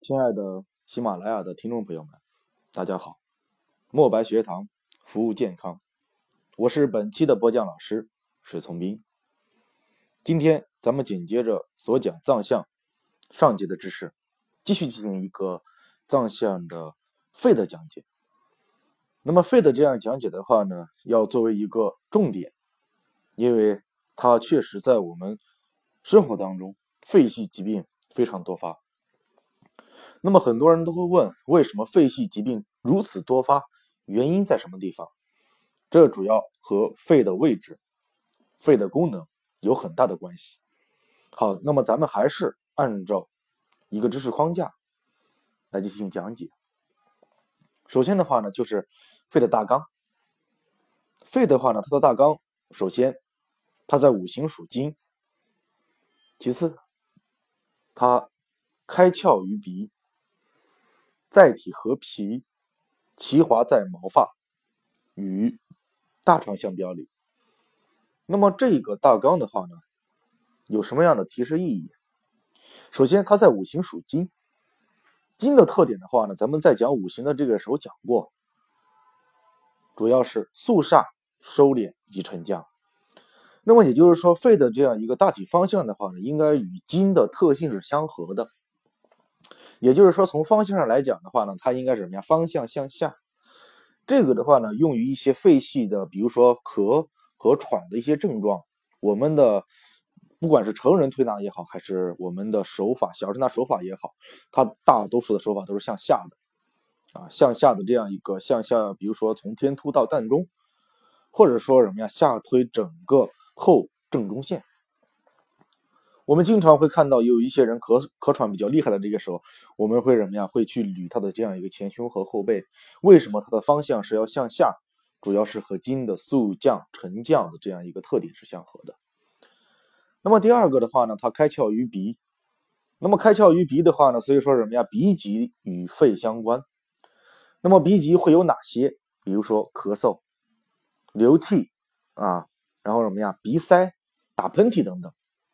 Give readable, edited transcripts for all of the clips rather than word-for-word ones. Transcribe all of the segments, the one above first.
亲爱的喜马拉雅的听众朋友们，大家好！墨白学堂服务健康，我是本期的播讲老师水从斌。今天咱们紧接着所讲藏象上节的知识，继续进行一个藏象的肺的讲解。那么肺的这样讲解的话呢，要作为一个重点，因为它确实在我们生活当中肺系疾病非常多发。那么很多人都会问，为什么肺系疾病如此多发？原因在什么地方？这主要和肺的位置、肺的功能有很大的关系。好，那么咱们还是按照一个知识框架来进行讲解。首先的话呢，就是肺的大纲。肺的话呢，它的大纲，首先它在五行属金，其次它开窍于鼻，在体合皮，其华在毛发，与大肠相表里。那么这个大纲的话呢，有什么样的提示意义？首先，它在五行属金，金的特点的话呢，咱们在讲五行的这个时候讲过，主要是肃杀、收敛以及沉降。那么也就是说，肺的这样一个大体方向的话呢，应该与金的特性是相合的。也就是说，从方向上来讲的话呢，它应该是什么呀？方向向下。这个的话呢，用于一些肺系的，比如说咳和喘的一些症状。我们的不管是成人推拿也好，还是我们的手法小儿推拿手法也好，它大多数的手法都是向下的向下的这样一个向下，比如说从天突到膻中，或者说什么呀，下推整个后正中线。我们经常会看到有一些人咳喘比较厉害的这个时候，我们会什么呀？会去捋他的这样一个前胸和后背。为什么它的方向是要向下？主要是和金的肃降、沉降的这样一个特点是相合的。那么第二个的话呢，它开窍于鼻。那么开窍于鼻的话呢，所以说什么呀？鼻疾与肺相关。那么鼻疾会有哪些？比如说咳嗽、流涕然后什么呀？鼻塞、打喷嚏等等。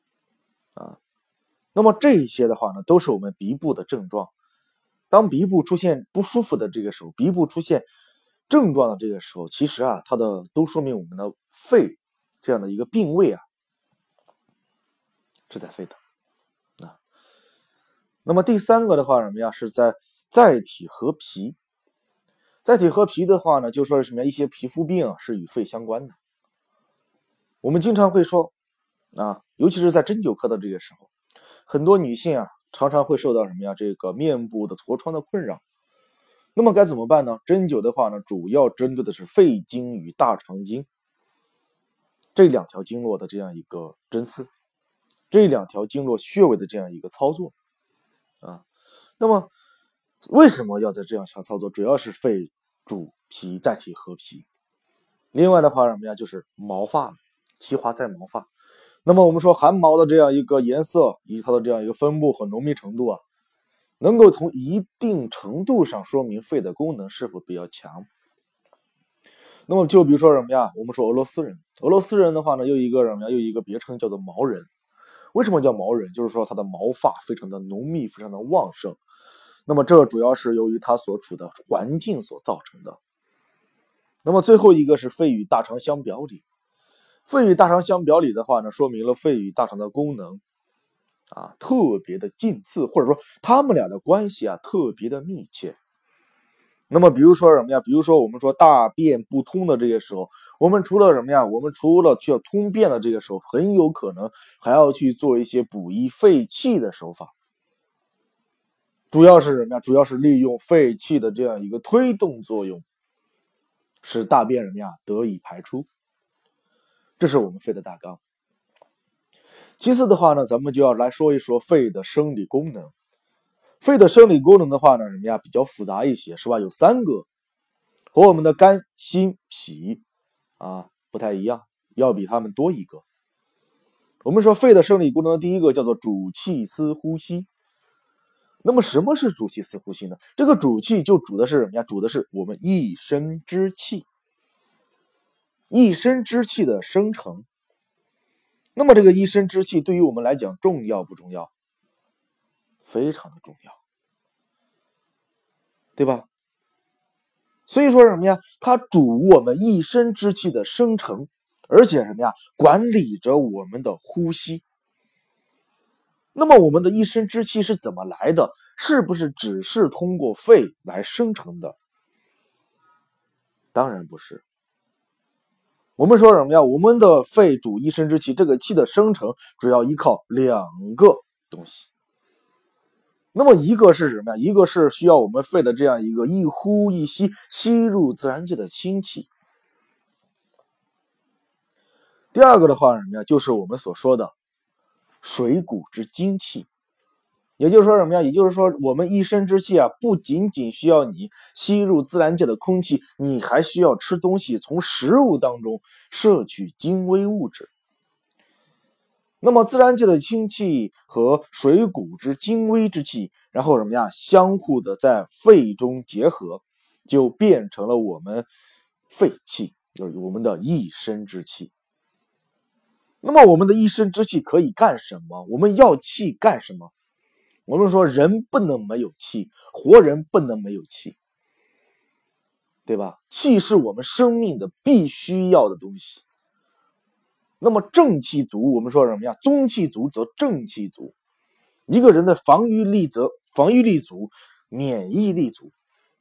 那么这些的话呢，都是我们鼻部的症状。当鼻部出现不舒服的这个时候，鼻部出现症状的这个时候，其实它的都说明我们的肺这样的一个病位是在肺的。那么第三个的话什么呀？是在体合皮。在体合皮的话呢，就说是什么呀？一些皮肤病是与肺相关的。我们经常会说尤其是在针灸科的这个时候，很多女性常常会受到什么呀？这个面部的痤疮的困扰。那么该怎么办呢？针灸的话呢，主要针对的是肺经与大肠经这两条经络的这样一个针刺，这两条经络穴位的这样一个操作那么为什么要在这样下操作？主要是肺主皮，在体合皮。另外的话什么呀？就是毛发，其华在毛发。那么我们说汗毛的这样一个颜色以及它的这样一个分布和浓密程度能够从一定程度上说明肺的功能是否比较强。那么就比如说什么呀？我们说俄罗斯人，俄罗斯人的话呢，又一个别称叫做毛人。为什么叫毛人？就是说他的毛发非常的浓密，非常的旺盛。那么这主要是由于他所处的环境所造成的。那么最后一个是肺与大肠相表里。肺与大肠相表里的话呢，说明了肺与大肠的功能特别的近似，或者说他们俩的关系特别的密切。那么比如说什么呀？比如说我们说大便不通的这个时候，我们除了什么呀？我们除了去通便的这个时候，很有可能还要去做一些补益肺气的手法。主要是什么呀？主要是利用肺气的这样一个推动作用，使大便什么呀得以排出。这是我们肺的大纲。其次的话呢，咱们就要来说一说肺的生理功能。肺的生理功能的话呢，什么呀比较复杂一些，是吧？有3个，和我们的肝、心、脾不太一样，要比它们多一个。我们说肺的生理功能，第一个叫做主气司呼吸。那么什么是主气司呼吸呢？这个主气就主的是什么呀？主的是我们一身之气，一身之气的生成。那么这个一身之气对于我们来讲重要不重要？非常的重要。 对吧？所以说什么呀？它主我们一身之气的生成，而且什么呀？管理着我们的呼吸。那么我们的一身之气是怎么来的？是不是只是通过肺来生成的？当然不是。我们说什么呀？我们的肺主一身之气，这个气的生成主要依靠两个东西。那么一个是什么呀？一个是需要我们肺的这样一个一呼一吸，吸入自然界的清气。第二个的话什么呀？就是我们所说的水谷之精气。也就是说什么呀？也就是说我们一身之气啊，不仅仅需要你吸入自然界的空气，你还需要吃东西，从食物当中摄取精微物质。那么自然界的清气和水谷之精微之气，然后什么呀？相互的在肺中结合，就变成了我们肺气，就是我们的一身之气。那么我们的一身之气可以干什么？我们要气干什么？我们说人不能没有气，活人不能没有气，对吧？气是我们生命的必须要的东西。那么正气足，我们说什么呀？宗气足则正气足。一个人的防御力足，免疫力足。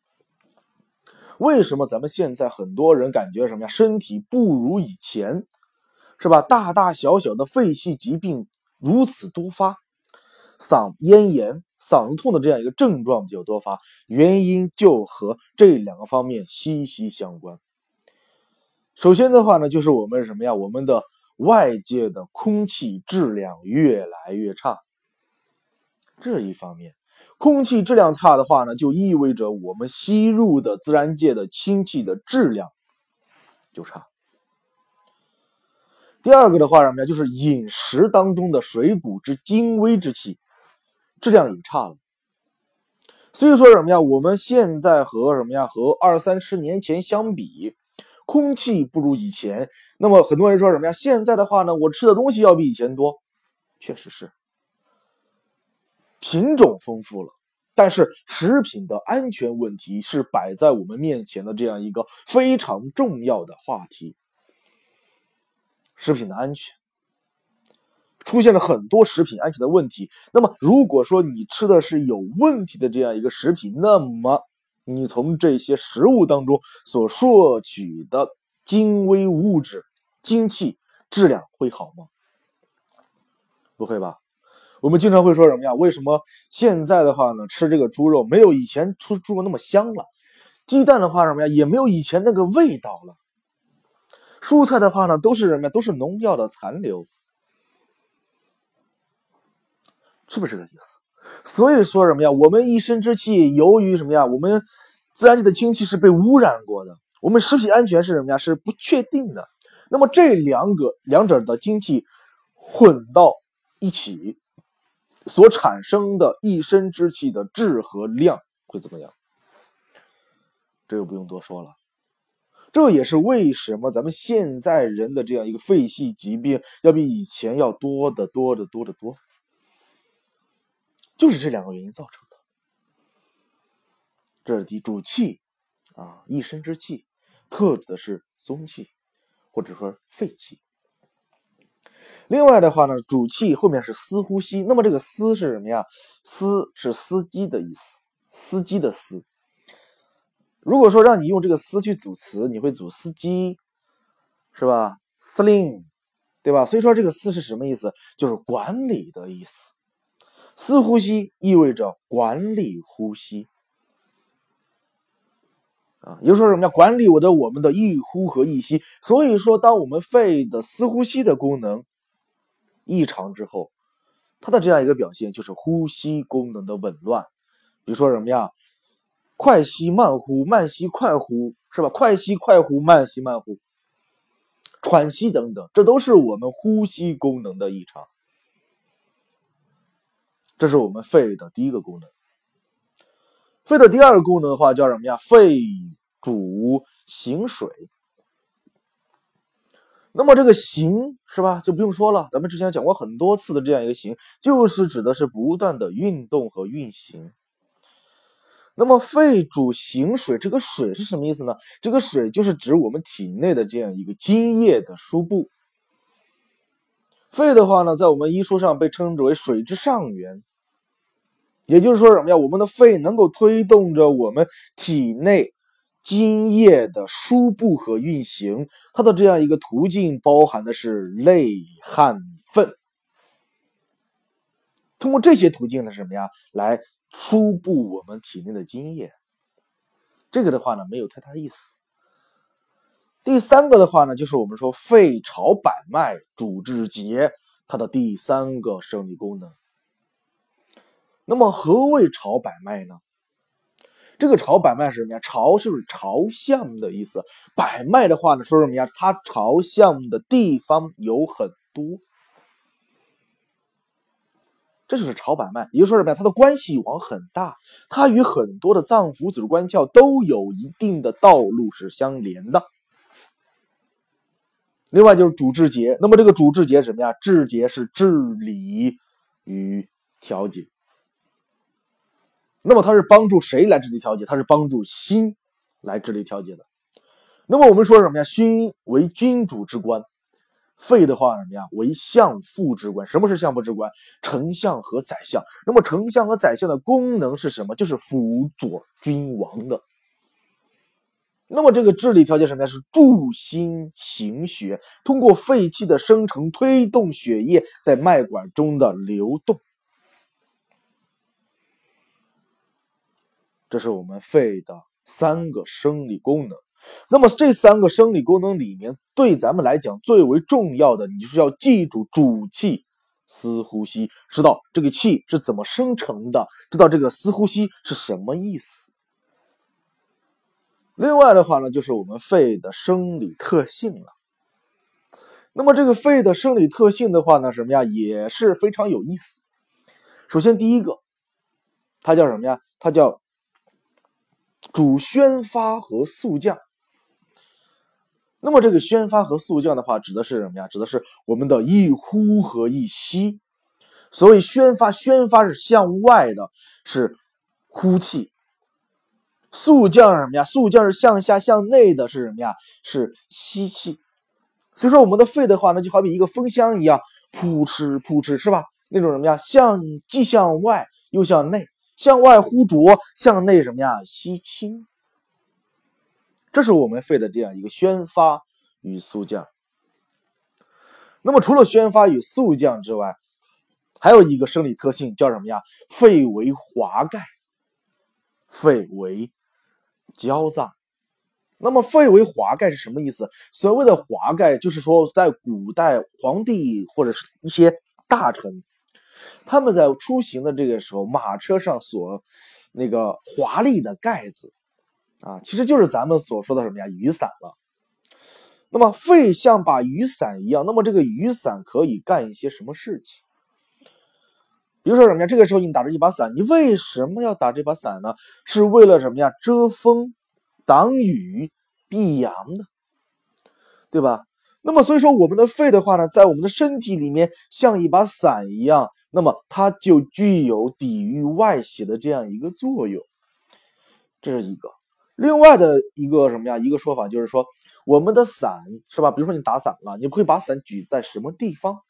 为什么咱们现在很多人感觉什么呀？身体不如以前，是吧？大大小小的肺系疾病如此多发，咽炎、嗓子痛的这样一个症状比较多发，原因就和这两个方面息息相关。首先的话呢，就是我们什么呀？我们的外界的空气质量越来越差，这一方面，空气质量差的话呢，就意味着我们吸入的自然界的氢气的质量就差。第二个的话什么呀？就是饮食当中的水谷之精微之气质量也差了。所以说什么呀？我们现在和什么呀？和20-30年前相比，空气不如以前。那么很多人说什么呀？现在的话呢，我吃的东西要比以前多，确实是，品种丰富了，但是食品的安全问题是摆在我们面前的这样一个非常重要的话题。食品的安全出现了很多食品安全的问题。那么如果说你吃的是有问题的这样一个食品，那么你从这些食物当中所摄取的精微物质、精气质量会好吗？不会吧。我们经常会说什么呀？为什么现在的话呢，吃这个猪肉没有以前吃猪肉那么香了？鸡蛋的话什么呀，也没有以前那个味道了。蔬菜的话呢，都是什么呀？都是农药的残留，是不是这个意思？所以说什么呀？我们一身之气，由于什么呀？我们自然界的氢气是被污染过的，我们食品安全是什么呀？是不确定的。那么这两者的精气混到一起，所产生的一身之气的质和量会怎么样？这个不用多说了。这也是为什么咱们现在人的这样一个肺系疾病要比以前要多得多，就是这两个原因造成的。这是第一，主气啊，一身之气，特指的是宗气或者说肺气。另外的话呢，主气后面是司呼吸，那么这个司是什么呀？司是司机的意思，司机的司。如果说让你用这个司去组词，你会组司机，是吧？司令，对吧？所以说这个司是什么意思？就是管理的意思。司呼吸意味着管理呼吸啊，也就是说什么呀？管理我们的一呼和一吸。所以说，当我们肺的司呼吸的功能异常之后，它的这样一个表现就是呼吸功能的紊乱。比如说什么呀？快吸慢呼，慢吸快呼，是吧？快吸快呼，慢吸慢呼，喘息等等，这都是我们呼吸功能的异常。这是我们肺的第一个功能。肺的第二个功能的话叫什么呀？肺主行水。那么这个行是吧，就不用说了，咱们之前讲过很多次的这样一个行，就是指的是不断的运动和运行。 那么肺主行水，这个水是什么意思呢？这个水就是指我们体内的这样一个津液的输布。肺的话呢，在我们医书上被称之为水之上源，也就是说什么呀？我们的肺能够推动着我们体内津液的输布和运行，它的这样一个途径包含的是泪、汗、粪。通过这些途径呢，什么呀？来输布我们体内的津液。这个的话呢，没有太大意思。第三个的话呢，就是我们说肺朝百脉，主治节，它的第三个生理功能。那么何谓朝百脉呢？这个朝百脉是什么呀？朝是朝向的意思，百脉的话呢，说什么呀？它朝向的地方有很多。这就是朝百脉，也就是说什么呀？它的关系网很大，它与很多的脏腑、组织、官窍都有一定的道路是相连的。另外就是主治节，那么这个主治节是什么呀？治节是治理与调节。那么它是帮助谁来治理调节？它是帮助心来治理调节的。那么我们说什么呀？心为君主之官。肺的话什么呀？为相父之官。什么是相父之官？丞相和宰相。那么丞相和宰相的功能是什么？就是辅佐君王的。那么这个治理调节什么呀？是助心行血，通过肺气的生成，推动血液在脉管中的流动。这是我们肺的三个生理功能。那么这三个生理功能里面，对咱们来讲最为重要的，你就是要记住主气司呼吸，知道这个气是怎么生成的，知道这个司呼吸是什么意思。另外的话呢，就是我们肺的生理特性了。那么这个肺的生理特性的话呢，什么呀，也是非常有意思。首先第一个，它叫什么呀？它叫主宣发和肃降。那么这个宣发和肃降的话，指的是什么呀？指的是我们的一呼和一吸。所以宣发是向外的，是呼气；肃降是什么呀？肃降是向下向内的，是什么呀？是吸气。所以说我们的肺的话呢，就好比一个风箱一样，扑哧扑哧，是吧？那种什么呀？既向外又向内，向外呼浊，向内什么呀？吸清。这是我们肺的这样一个宣发与肃降。那么除了宣发与肃降之外，还有一个生理特性叫什么呀？肺为华盖，肺为焦脏。那么肺为华盖是什么意思？所谓的华盖就是说，在古代皇帝或者是一些大臣，他们在出行的这个时候，马车上所那个华丽的盖子啊，其实就是咱们所说的什么呀？雨伞了。那么肺像把雨伞一样，那么这个雨伞可以干一些什么事情？比如说什么呀？这个时候你打着一把伞，你为什么要打这把伞呢？是为了什么呀？遮风、挡雨、避阳的，对吧？那么所以说我们的肺的话呢，在我们的身体里面像一把伞一样，那么它就具有抵御外邪的这样一个作用。这是一个。另外的一个什么呀？一个说法就是说，我们的伞是吧？比如说你打伞了，你会把伞举在什么地方？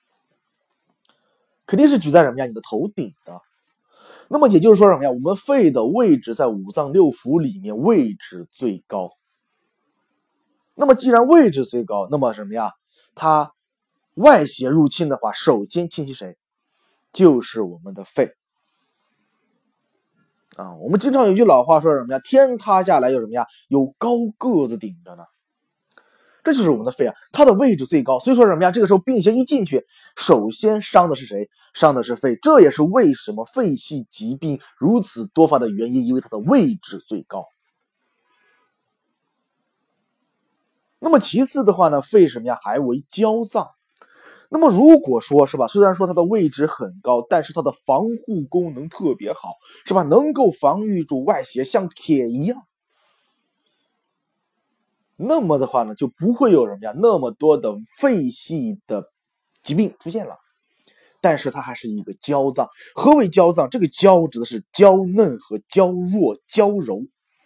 肯定是举在什么呀？你的头顶的。那么也就是说什么呀？我们肺的位置在五脏六腑里面位置最高。那么既然位置最高，那么什么呀？它外邪入侵的话，首先侵袭谁？就是我们的肺。啊，我们经常有句老话说什么呀？天塌下来有什么呀？有高个子顶着呢。这就是我们的肺啊，它的位置最高。所以说什么呀？这个时候病邪一进去，首先伤的是谁？伤的是肺。这也是为什么肺系疾病如此多发的原因，因为它的位置最高。那么其次的话呢，肺什么呀？还为焦脏。那么如果说是吧，虽然说它的位置很高，但是它的防护功能特别好，是吧？能够防御住外邪，像铁一样。那么的话呢，就不会有什么呀那么多的肺系的疾病出现了。 但是它还是一个娇脏。何为娇脏？这个娇指的是娇嫩和娇弱、娇柔。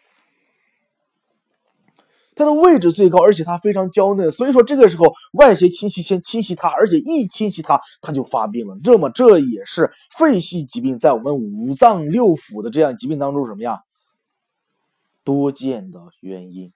它的位置最高，而且它非常娇嫩，所以说这个时候外邪侵袭先侵袭它，而且一侵袭它，它就发病了。这么这也是肺系疾病在我们五脏六腑的这样疾病当中什么呀？多见的原因。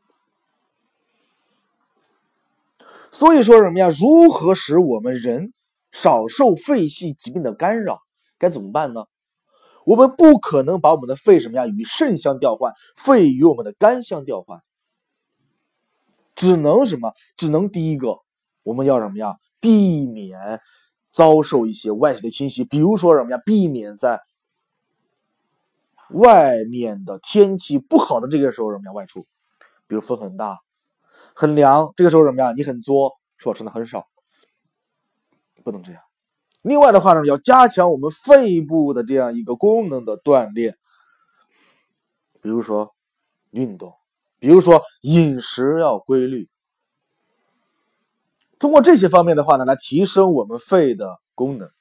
所以说什么呀？如何使我们人少受肺系疾病的干扰？该怎么办呢？我们不可能把我们的肺什么呀与肾相调换，肺与我们的肝相调换。只能什么？只能第一个，我们要什么呀？避免遭受一些外邪的侵袭，比如说什么呀？避免在外面的天气不好的这个时候什么呀外出，比如风很大、很凉，这个时候什么呀？你很作，是吧？吃的很少，不能这样。另外的话呢，要加强我们肺部的这样一个功能的锻炼，比如说运动。比如说饮食要规律，通过这些方面的话呢，来提升我们肺的功能。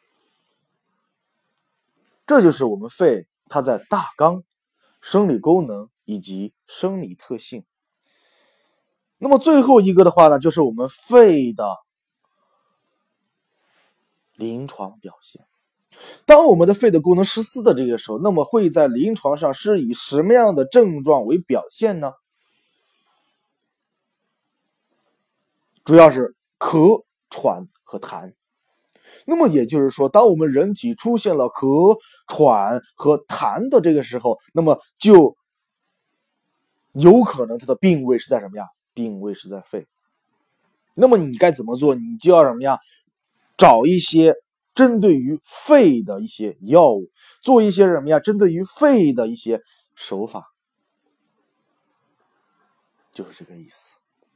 这就是我们肺它在大纲、生理功能以及生理特性。那么最后一个的话呢，就是我们肺的临床表现。当我们的肺的功能失司的这个时候，那么会在临床上是以什么样的症状为表现呢？主要是咳、喘和痰。那么也就是说，当我们人体出现了咳、喘和痰的这个时候，那么就有可能它的病位是在什么呀？病位是在肺。那么你该怎么做？你就要什么呀？找一些针对于肺的一些药物，做一些什么呀？针对于肺的一些手法，就是这个意思。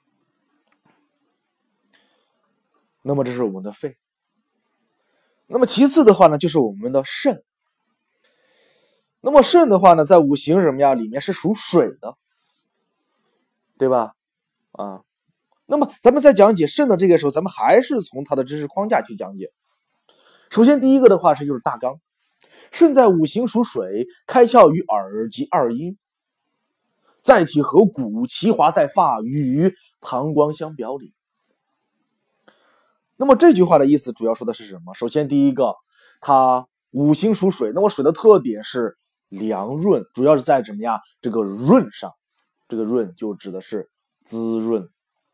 那么这是我们的肺。那么其次的话呢，就是我们的肾。那么肾的话呢，在五行什么呀？里面是属水的，对吧？那么咱们在讲解肾的这个时候，咱们还是从它的知识框架去讲解。首先第一个的话就是大纲，肾在五行属水，开窍于耳及二阴，在体合谷，其华在发，与膀胱相表里。那么这句话的意思主要说的是什么？首先第一个，它五行属水，那么水的特点是凉润，主要是在什么呀？这个润上，这个润就指的是滋润。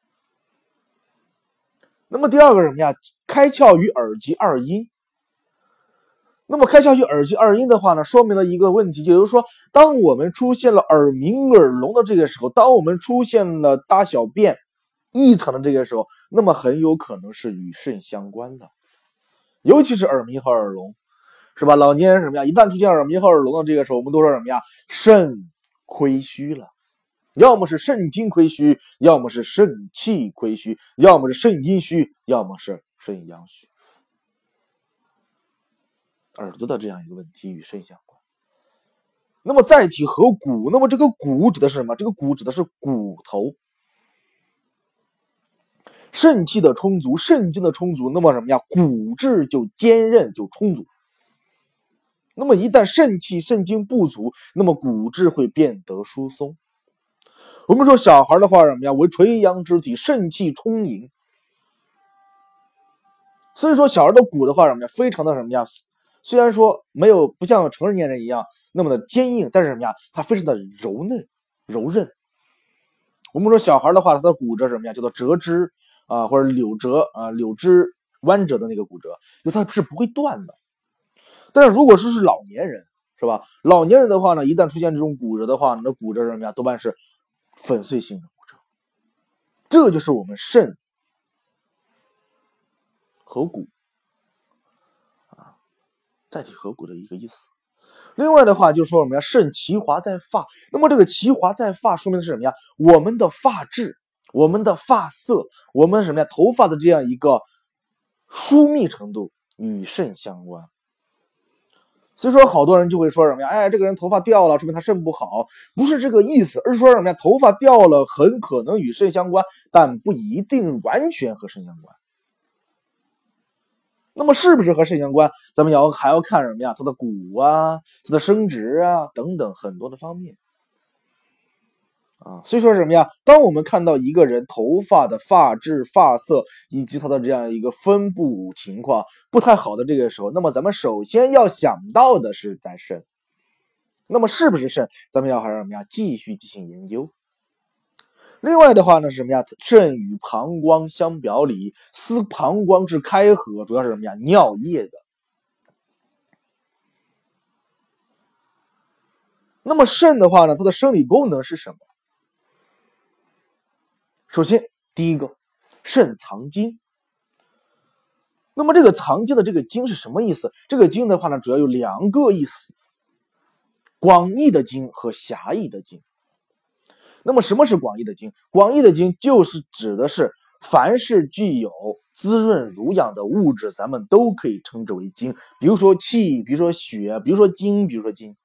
那么第二个什么呀？开窍于耳及二阴。那么开窍于耳及二阴的话呢，说明了一个问题，就是说，当我们出现了耳鸣、耳聋的这个时候，当我们出现了大小便异常的这个时候，那么很有可能是与肾相关的，尤其是耳鸣和耳聋，是吧？老年人什么呀？一旦出现耳鸣和耳聋的这个时候，我们都说什么呀？肾亏虚了。要么是肾精亏虚，要么是肾气亏虚，要么是肾阴虚，要么是肾阳虚。耳朵的这样一个问题与肾相关。那么载体合谷，那么这个谷指的是什么？这个谷指的是骨头。肾气的充足，肾精的充足，那么什么呀？骨质就坚韧就充足。那么一旦肾气、肾精不足，那么骨质会变得疏松。我们说小孩的话什么呀？为垂阳之体，肾气充盈。所以说小孩的骨的话什么呀？非常的什么呀？虽然说没有不像成年人一样那么的坚硬，但是什么呀？它非常的柔嫩、柔韧。我们说小孩的话，他的骨折什么呀？叫做折枝或者柳折柳枝弯折的那个骨折，因为它是不会断的。但是如果说是老年人，是吧？老年人的话呢，一旦出现这种骨折的话，那骨折什么呀？多半是粉碎性的骨折。这就是我们肾合谷载体合谷的一个意思。另外的话就说什么呀？肾其华在发。那么这个其华在发说明的是什么呀？我们的发质、我们的发色、我们什么呀？头发的这样一个疏密程度与肾相关。所以说好多人就会说什么呀？哎，这个人头发掉了，说明他肾不好。不是这个意思，而是说什么呀？头发掉了很可能与肾相关，但不一定完全和肾相关。 那么是不是和肾相关？咱们还要看什么呀？它的骨啊，它的生殖啊，等等很多的方面啊。所以说什么呀？当我们看到一个人头发的发质、发色以及他的这样一个分布情况不太好的这个时候，那么咱们首先要想到的是在肾。那么是不是肾？咱们要还是什么呀？继续进行研究。另外的话呢是什么呀？肾与膀胱相表里，司膀胱之开合，主要是什么呀？尿液的。那么肾的话呢，它的生理功能是什么？首先，第一个，肾藏精。那么这个藏精的这个精是什么意思？这个精的话呢，主要有两个意思：广义的精和狭义的精。那么什么是广义的精？广义的精就是指的是凡是具有滋润濡养的物质，咱们都可以称之为精。比如说气，比如说血，比如说精，比如说筋，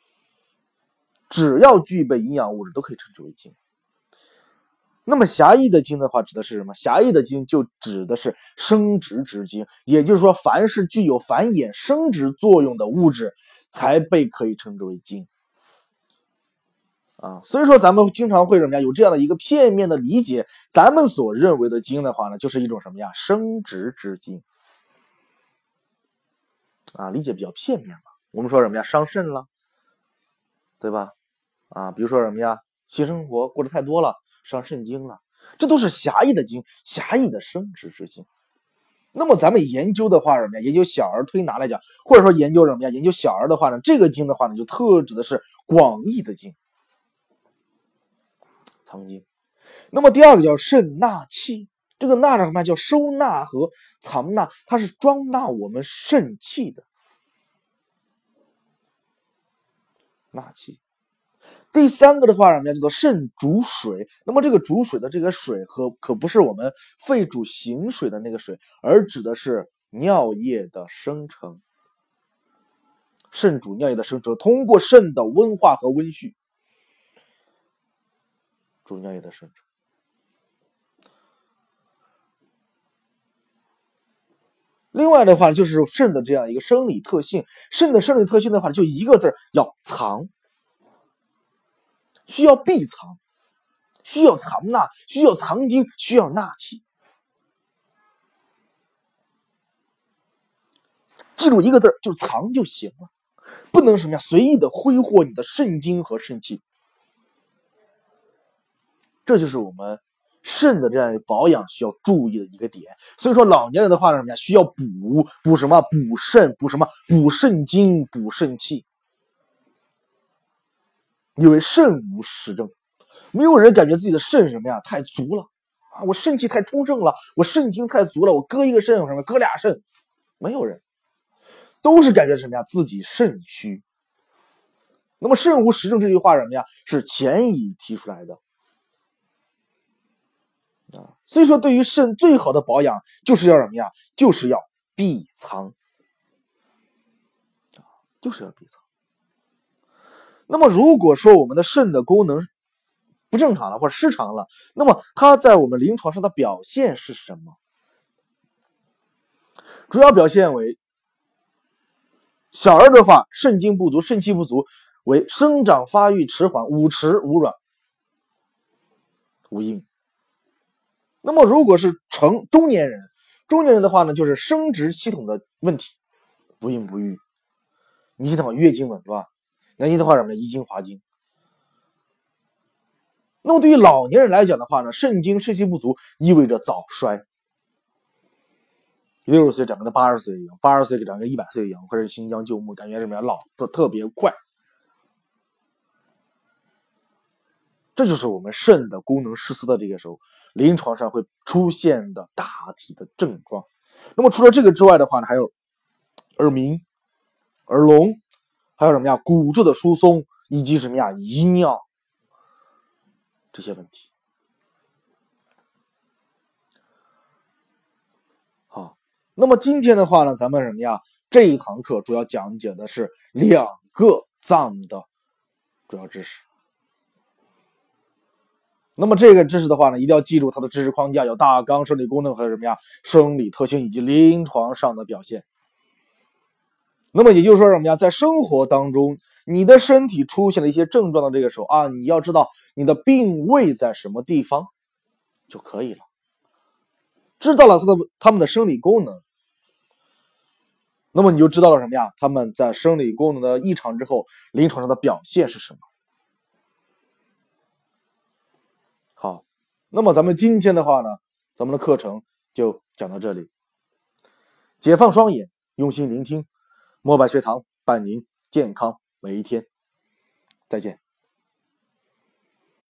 只要具备营养物质都可以称之为精。那么狭义的精的话指的是什么？狭义的精就指的是生殖之精，也就是说凡是具有繁衍生殖作用的物质才被可以称之为精。所以说咱们经常会什么呀？有这样的一个片面的理解，咱们所认为的精的话呢，就是一种什么呀？生殖之精理解比较片面嘛。我们说什么呀？伤肾了，对吧？比如说什么呀？性生活过得太多了，伤肾经了，这都是狭义的精，狭义的生殖之精。那么咱们研究的话，什么呀？研究小儿推拿来讲，或者说研究什么呀？研究小儿的话呢，这个精的话呢，就特指的是广义的精。藏精。那么第二个叫肾纳气，这个纳什么叫收纳和藏纳，它是装纳我们肾气的。纳气。第三个的话，什么叫做肾主水？那么这个主水的这个水可不是我们肺主行水的那个水，而指的是尿液的生成。肾主尿液的生成，通过肾的温化和温煦。主尿液的生成。另外的话就是肾的这样一个生理特性，肾的生理特性的话就一个字，要藏，需要闭藏，需要藏纳，需要藏精，需要纳气。记住一个字，就藏就行了，不能什么呀随意的挥霍你的肾精和肾气。这就是我们肾的这样一个保养需要注意的一个点。所以说老年人的话呢，什么呀？需要补什么？补肾，补什么？补肾精，补肾气。因为肾无实证，没有人感觉自己的肾什么呀太足了我肾气太充盛了，我肾精太足了，我割一个肾有什么？割俩肾，没有人，都是感觉什么呀？自己肾虚。那么肾无实证这句话什么呀？是钱乙提出来的。所以说对于肾最好的保养就是要什么呀？就是要闭藏。就是要闭藏。那么如果说我们的肾的功能不正常了或者失常了，那么它在我们临床上的表现是什么？主要表现为小儿的话，肾精不足、肾气不足，为生长发育迟缓、无迟无软、无硬。那么如果是中年人，中年人的话呢，就是生殖系统的问题，不孕不育。女性的话，月经紊乱；男性的话什么呢？遗精滑精。那么对于老年人来讲的话呢，肾精肾气不足意味着早衰。60岁长跟他80岁一样，80岁长跟100岁一样，或者是新疆旧木，感觉什么呀？老的特别快。这就是我们肾的功能失司的这个时候，临床上会出现的大体的症状。那么除了这个之外的话呢，还有耳鸣、耳聋，还有什么呀？骨质的疏松，以及什么呀？遗尿这些问题。好，那么今天的话呢，咱们什么呀？这一堂课主要讲解的是2个脏的主要知识。 那么这个知识的话呢，一定要记住它的知识框架，有大纲、生理功能和什么呀，生理特性以及临床上的表现。那么也就是说什么呀，在生活当中，你的身体出现了一些症状的这个时候啊，你要知道你的病位在什么地方就可以了。知道了他们的生理功能，那么你就知道了什么呀？他们在生理功能的异常之后，临床上的表现是什么？好，那么咱们今天的话呢，咱们的课程就讲到这里。解放双眼，用心聆听，墨白学堂伴您健康每一天。再见。